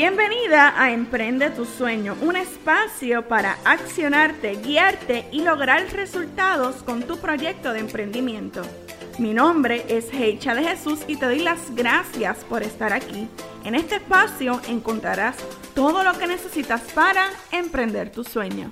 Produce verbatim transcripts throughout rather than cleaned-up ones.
Bienvenida a Emprende tu Sueño, un espacio para accionarte, guiarte y lograr resultados con tu proyecto de emprendimiento. Mi nombre es Heicha de Jesús y te doy las gracias por estar aquí. En este espacio encontrarás todo lo que necesitas para emprender tu sueño.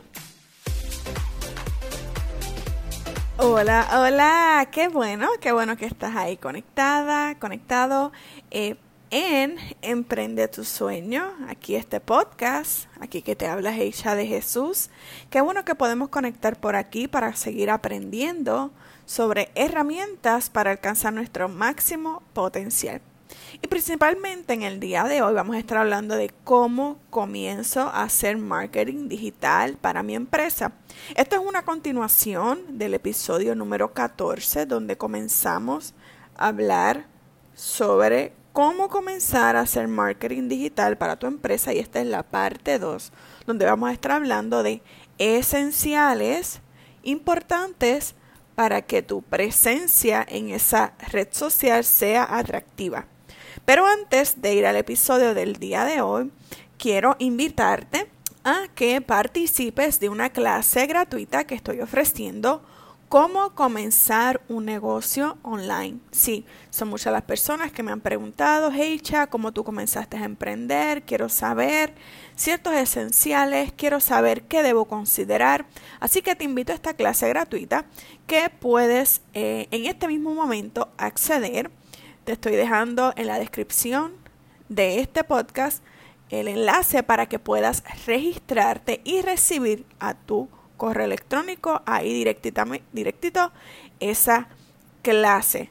Hola, hola, qué bueno, qué bueno que estás ahí conectada, conectado eh, en Emprende tu Sueño. Aquí este podcast, aquí que te habla Heicha de Jesús. Qué bueno que podemos conectar por aquí para seguir aprendiendo sobre herramientas para alcanzar nuestro máximo potencial. Y principalmente en el día de hoy vamos a estar hablando de cómo comienzo a hacer marketing digital para mi empresa. Esto es una continuación del episodio número catorce, donde comenzamos a hablar sobre cómo comenzar a hacer marketing digital para tu empresa. Y esta es la parte dos, donde vamos a estar hablando de esenciales importantes para que tu presencia en esa red social sea atractiva. Pero antes de ir al episodio del día de hoy, quiero invitarte a que participes de una clase gratuita que estoy ofreciendo, cómo comenzar un negocio online. Sí, son muchas las personas que me han preguntado, Heicha, ¿cómo tú comenzaste a emprender? Quiero saber ciertos esenciales, quiero saber qué debo considerar. Así que te invito a esta clase gratuita que puedes eh, en este mismo momento acceder. Te estoy dejando en la descripción de este podcast el enlace para que puedas registrarte y recibir a tu correo electrónico ahí directito, directito esa clase.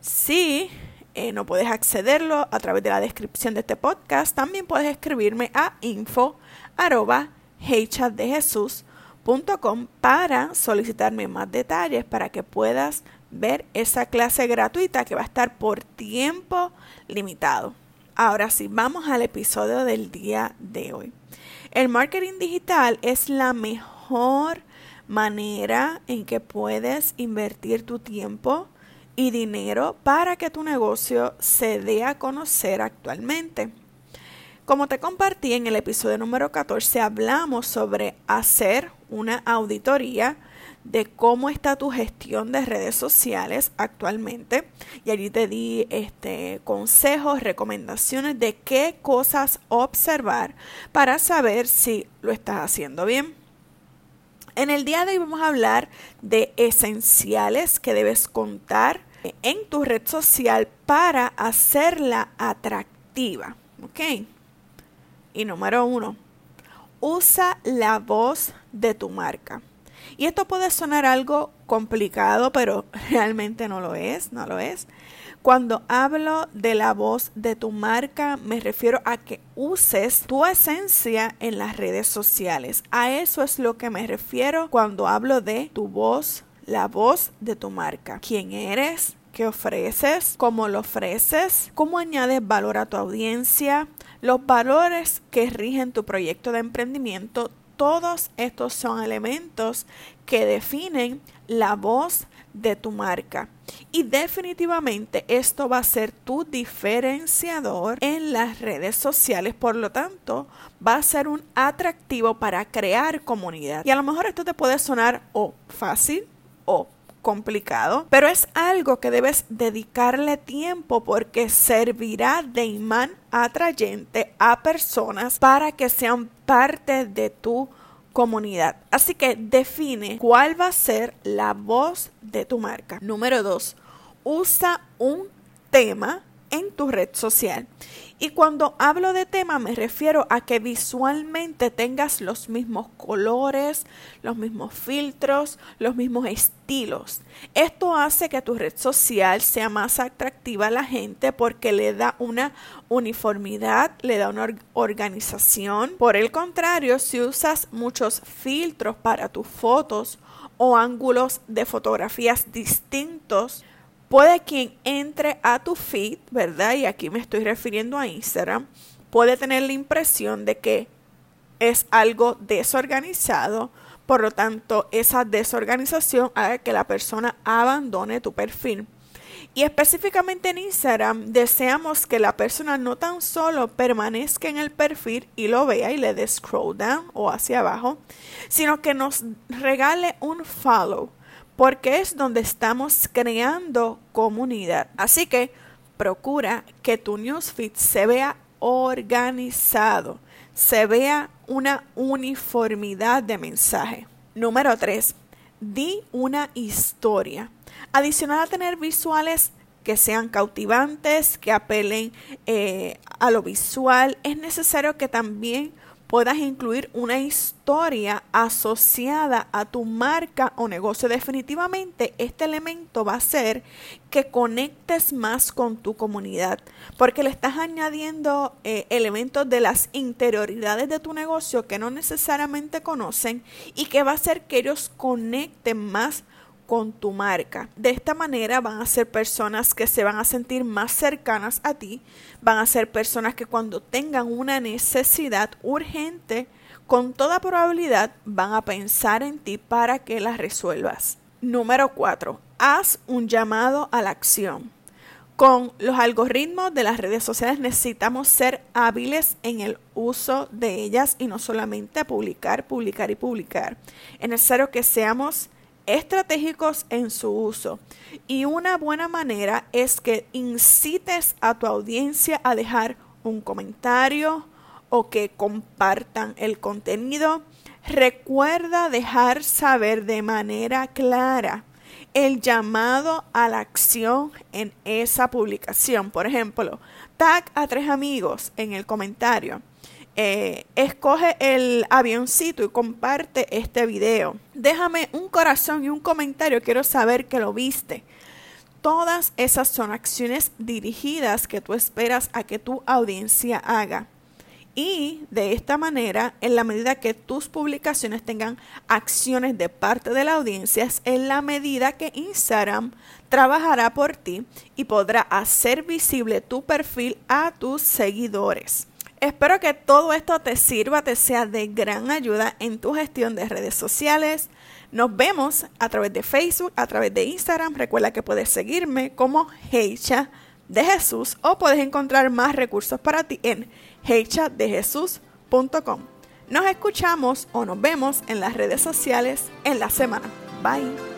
Si eh, no puedes accederlo a través de la descripción de este podcast, también puedes escribirme a info arroba heichadejesus punto com para solicitarme más detalles para que puedas ver esa clase gratuita que va a estar por tiempo limitado. Ahora sí, vamos al episodio del día de hoy. El marketing digital es la mejor manera en que puedes invertir tu tiempo y dinero para que tu negocio se dé a conocer actualmente. Como te compartí en el episodio número catorce, hablamos sobre hacer una auditoría de cómo está tu gestión de redes sociales actualmente, y allí te di este, consejos, recomendaciones de qué cosas observar para saber si lo estás haciendo bien. En el día de hoy vamos a hablar de esenciales que debes contar en tu red social para hacerla atractiva. ¿Ok? Y número uno, usa la voz de tu marca. Y esto puede sonar algo complicado, pero realmente no lo es, no lo es. Cuando hablo de la voz de tu marca, me refiero a que uses tu esencia en las redes sociales. A eso es lo que me refiero cuando hablo de tu voz, la voz de tu marca. ¿Quién eres? ¿Qué ofreces? ¿Cómo lo ofreces? ¿Cómo añades valor a tu audiencia? Los valores que rigen tu proyecto de emprendimiento. Todos estos son elementos que definen la voz de tu marca. Y definitivamente esto va a ser tu diferenciador en las redes sociales. Por lo tanto, va a ser un atractivo para crear comunidad. Y a lo mejor esto te puede sonar o fácil o complicado, pero es algo que debes dedicarle tiempo porque servirá de imán atrayente a personas para que sean parte de tu comunidad. Así que define cuál va a ser la voz de tu marca. Número dos, usa un tema en tu red social. Y cuando hablo de tema me refiero a que visualmente tengas los mismos colores, los mismos filtros, los mismos estilos. Esto hace que tu red social sea más atractiva a la gente porque le da una uniformidad, le da una organización. Por el contrario, si usas muchos filtros para tus fotos o ángulos de fotografías distintos, puede quien entre a tu feed, ¿verdad? Y aquí me estoy refiriendo a Instagram, puede tener la impresión de que es algo desorganizado. Por lo tanto, esa desorganización haga que la persona abandone tu perfil. Y específicamente en Instagram deseamos que la persona no tan solo permanezca en el perfil y lo vea y le dé scroll down o hacia abajo, sino que nos regale un follow, porque es donde estamos creando comunidad. Así que procura que tu newsfeed se vea organizado, se vea una uniformidad de mensaje. Número tres. Di una historia. Adicional a tener visuales que sean cautivantes, que apelen eh, a lo visual, es necesario que también puedas incluir una historia asociada a tu marca o negocio. Definitivamente este elemento va a hacer que conectes más con tu comunidad, porque le estás añadiendo eh, elementos de las interioridades de tu negocio que no necesariamente conocen y que va a hacer que ellos conecten más con tu marca. De esta manera van a ser personas que se van a sentir más cercanas a ti, van a ser personas que cuando tengan una necesidad urgente, con toda probabilidad van a pensar en ti para que la resuelvas. Número cuatro. Haz un llamado a la acción. Con los algoritmos de las redes sociales necesitamos ser hábiles en el uso de ellas y no solamente publicar, publicar y publicar. Es necesario que seamos estratégicos en su uso, y una buena manera es que incites a tu audiencia a dejar un comentario o que compartan el contenido. Recuerda dejar saber de manera clara el llamado a la acción en esa publicación. Por ejemplo, tag a tres amigos en el comentario. Eh, escoge el avioncito y comparte este video. Déjame un corazón y un comentario, quiero saber que lo viste. Todas esas son acciones dirigidas que tú esperas a que tu audiencia haga. Y de esta manera, en la medida que tus publicaciones tengan acciones de parte de la audiencia, es en la medida que Instagram trabajará por ti y podrá hacer visible tu perfil a tus seguidores. Espero que todo esto te sirva, te sea de gran ayuda en tu gestión de redes sociales. Nos vemos a través de Facebook, a través de Instagram. Recuerda que puedes seguirme como Heicha de Jesús o puedes encontrar más recursos para ti en heicha de jesús punto com. Nos escuchamos o nos vemos en las redes sociales en la semana. Bye.